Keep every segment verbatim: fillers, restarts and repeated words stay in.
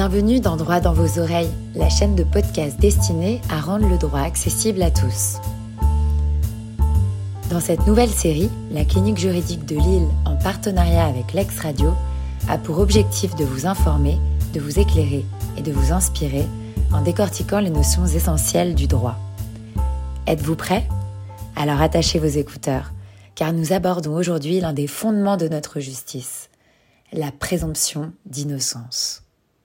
Bienvenue dans Droit dans vos oreilles, la chaîne de podcast destinée à rendre le droit accessible à tous. Dans cette nouvelle série, la clinique juridique de Lille, en partenariat avec Lex Radio, a pour objectif de vous informer, de vous éclairer et de vous inspirer en décortiquant les notions essentielles du droit. Êtes-vous prêts ? Alors attachez vos écouteurs, car nous abordons aujourd'hui l'un des fondements de notre justice, la présomption d'innocence.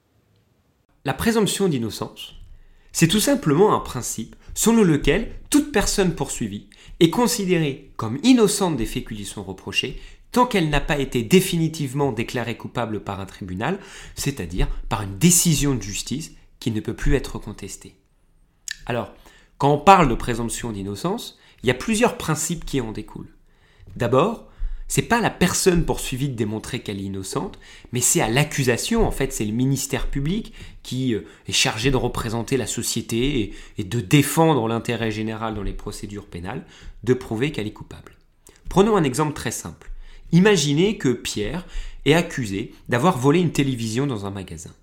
La présomption d'innocence, c'est tout simplement un principe selon lequel toute personne poursuivie est considérée comme innocente des faits qui lui sont reprochés tant qu'elle n'a pas été définitivement déclarée coupable par un tribunal, c'est-à-dire par une décision de justice qui ne peut plus être contestée. Alors, quand on parle de présomption d'innocence, il y a plusieurs principes qui en découlent. D'abord, c'est pas la personne poursuivie de démontrer qu'elle est innocente, mais c'est à l'accusation, en fait, c'est le ministère public qui est chargé de représenter la société et, et de défendre l'intérêt général dans les procédures pénales, de prouver qu'elle est coupable. Prenons un exemple très simple. Imaginez que Pierre est accusé d'avoir volé une télévision dans un magasin.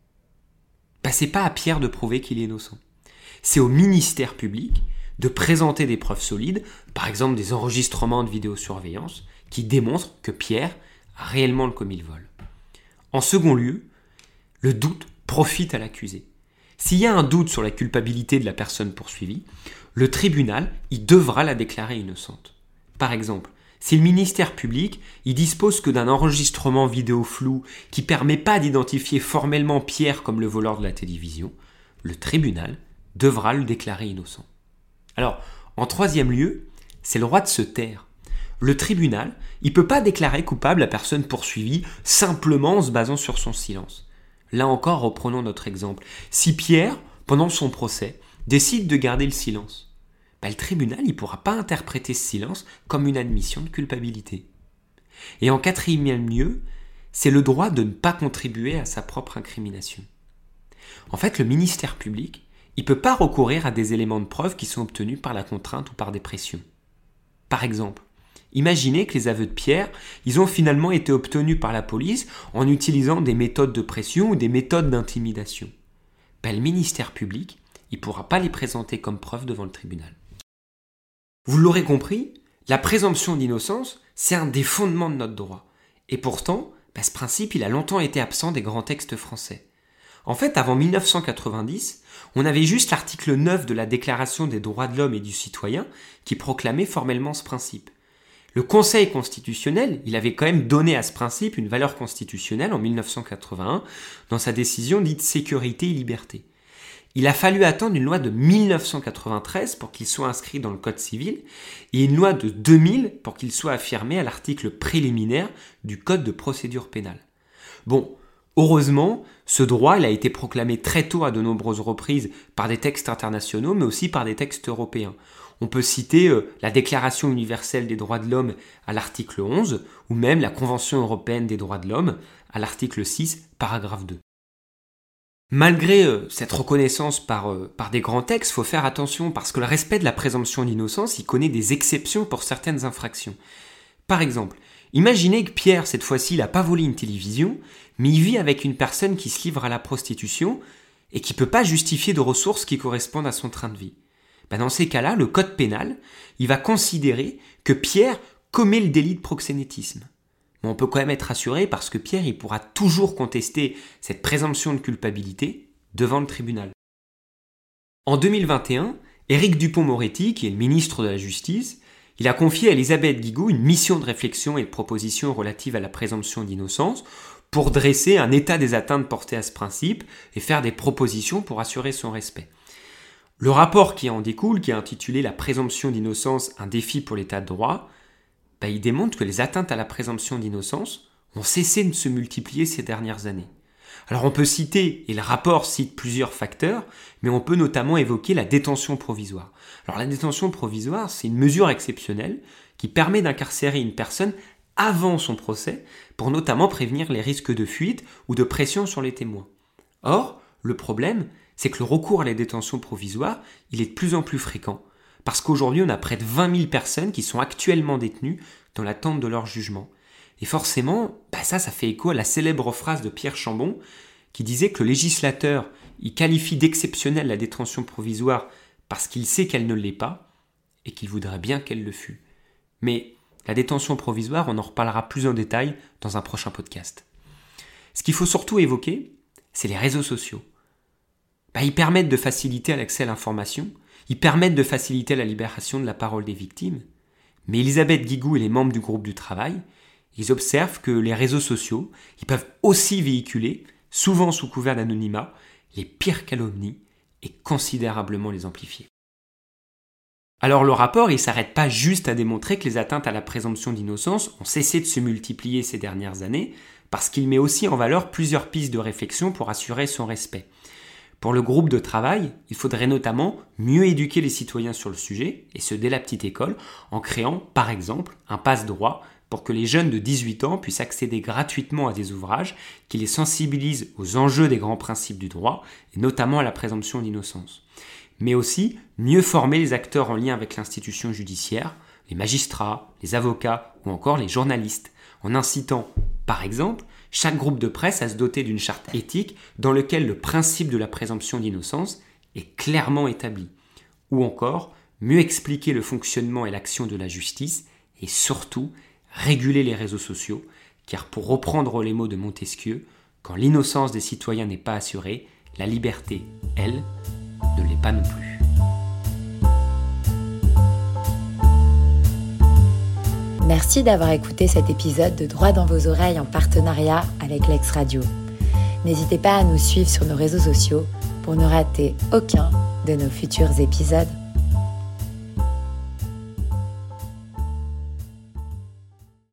Ben, c'est pas à Pierre de prouver qu'il est innocent. C'est au ministère public de présenter des preuves solides, par exemple des enregistrements de vidéosurveillance, qui démontrent que Pierre a réellement commis le vol. En second lieu, le doute profite à l'accusé. S'il y a un doute sur la culpabilité de la personne poursuivie, le tribunal il devra la déclarer innocente. Par exemple, si le ministère public il dispose que d'un enregistrement vidéo flou qui ne permet pas d'identifier formellement Pierre comme le voleur de la télévision, le tribunal devra le déclarer innocent. Alors, en troisième lieu, c'est le droit de se taire. Le tribunal, il ne peut pas déclarer coupable la personne poursuivie simplement en se basant sur son silence. Là encore, reprenons notre exemple. Si Pierre, pendant son procès, décide de garder le silence, ben le tribunal ne pourra pas interpréter ce silence comme une admission de culpabilité. Et en quatrième lieu, c'est le droit de ne pas contribuer à sa propre incrimination. En fait, le ministère public, il ne peut pas recourir à des éléments de preuve qui sont obtenus par la contrainte ou par des pressions. Par exemple, imaginez que les aveux de Pierre, ils ont finalement été obtenus par la police en utilisant des méthodes de pression ou des méthodes d'intimidation. Ben, le ministère public, il ne pourra pas les présenter comme preuve devant le tribunal. Vous l'aurez compris, la présomption d'innocence, c'est un des fondements de notre droit. Et pourtant, ben, ce principe, il a longtemps été absent des grands textes français. En fait, avant mille neuf cent quatre-vingt-dix, on avait juste l'article neuf de la Déclaration des droits de l'homme et du citoyen qui proclamait formellement ce principe. Le Conseil constitutionnel, il avait quand même donné à ce principe une valeur constitutionnelle en mille neuf cent quatre-vingt-un dans sa décision dite sécurité et liberté. Il a fallu attendre une loi de mille neuf cent quatre-vingt-treize pour qu'il soit inscrit dans le Code civil et une loi de deux mille pour qu'il soit affirmé à l'article préliminaire du Code de procédure pénale. Bon, heureusement, ce droit il a été proclamé très tôt à de nombreuses reprises par des textes internationaux, mais aussi par des textes européens. On peut citer euh, la Déclaration universelle des droits de l'homme à l'article onze, ou même la Convention européenne des droits de l'homme à l'article six, paragraphe deux. Malgré euh, cette reconnaissance par, euh, par des grands textes, il faut faire attention parce que le respect de la présomption d'innocence, il connaît des exceptions pour certaines infractions. Par exemple, imaginez que Pierre, cette fois-ci, il n'a pas volé une télévision, mais il vit avec une personne qui se livre à la prostitution et qui ne peut pas justifier de ressources qui correspondent à son train de vie. Ben dans ces cas-là, le code pénal, il va considérer que Pierre commet le délit de proxénétisme. Mais on peut quand même être rassuré parce que Pierre, il pourra toujours contester cette présomption de culpabilité devant le tribunal. En deux mille vingt et un, Éric Dupond-Moretti, qui est le ministre de la Justice, il a confié à Elisabeth Guigou une mission de réflexion et de proposition relative à la présomption d'innocence pour dresser un état des atteintes portées à ce principe et faire des propositions pour assurer son respect. Le rapport qui en découle, qui est intitulé « La présomption d'innocence, un défi pour l'état de droit », bah, il démontre que les atteintes à la présomption d'innocence ont cessé de se multiplier ces dernières années. Alors on peut citer, et le rapport cite plusieurs facteurs, mais on peut notamment évoquer la détention provisoire. Alors la détention provisoire, c'est une mesure exceptionnelle qui permet d'incarcérer une personne avant son procès pour notamment prévenir les risques de fuite ou de pression sur les témoins. Or, le problème, c'est que le recours à la détention provisoire, il est de plus en plus fréquent, parce qu'aujourd'hui, on a près de vingt mille personnes qui sont actuellement détenues dans l'attente de leur jugement. Et forcément, bah ça, ça fait écho à la célèbre phrase de Pierre Chambon, qui disait que le législateur il qualifie d'exceptionnelle la détention provisoire parce qu'il sait qu'elle ne l'est pas et qu'il voudrait bien qu'elle le fût. Mais la détention provisoire, on en reparlera plus en détail dans un prochain podcast. Ce qu'il faut surtout évoquer, c'est les réseaux sociaux. Bah, ils permettent de faciliter l'accès à l'information, ils permettent de faciliter la libération de la parole des victimes. Mais Elisabeth Guigou et les membres du groupe du travail, ils observent que les réseaux sociaux, ils peuvent aussi véhiculer, souvent sous couvert d'anonymat, les pires calomnies et considérablement les amplifier. Alors le rapport, il ne s'arrête pas juste à démontrer que les atteintes à la présomption d'innocence ont cessé de se multiplier ces dernières années, parce qu'il met aussi en valeur plusieurs pistes de réflexion pour assurer son respect. Pour le groupe de travail, il faudrait notamment mieux éduquer les citoyens sur le sujet, et ce dès la petite école, en créant, par exemple, un passe-droit pour que les jeunes de dix-huit ans puissent accéder gratuitement à des ouvrages qui les sensibilisent aux enjeux des grands principes du droit, et notamment à la présomption d'innocence. Mais aussi mieux former les acteurs en lien avec l'institution judiciaire, les magistrats, les avocats ou encore les journalistes, en incitant, par exemple, chaque groupe de presse à se doter d'une charte éthique dans laquelle le principe de la présomption d'innocence est clairement établi. Ou encore, mieux expliquer le fonctionnement et l'action de la justice et surtout, réguler les réseaux sociaux, car pour reprendre les mots de Montesquieu, quand l'innocence des citoyens n'est pas assurée, la liberté, elle, ne l'est pas non plus. Merci d'avoir écouté cet épisode de Droit dans vos oreilles en partenariat avec Lex Radio. N'hésitez pas à nous suivre sur nos réseaux sociaux pour ne rater aucun de nos futurs épisodes.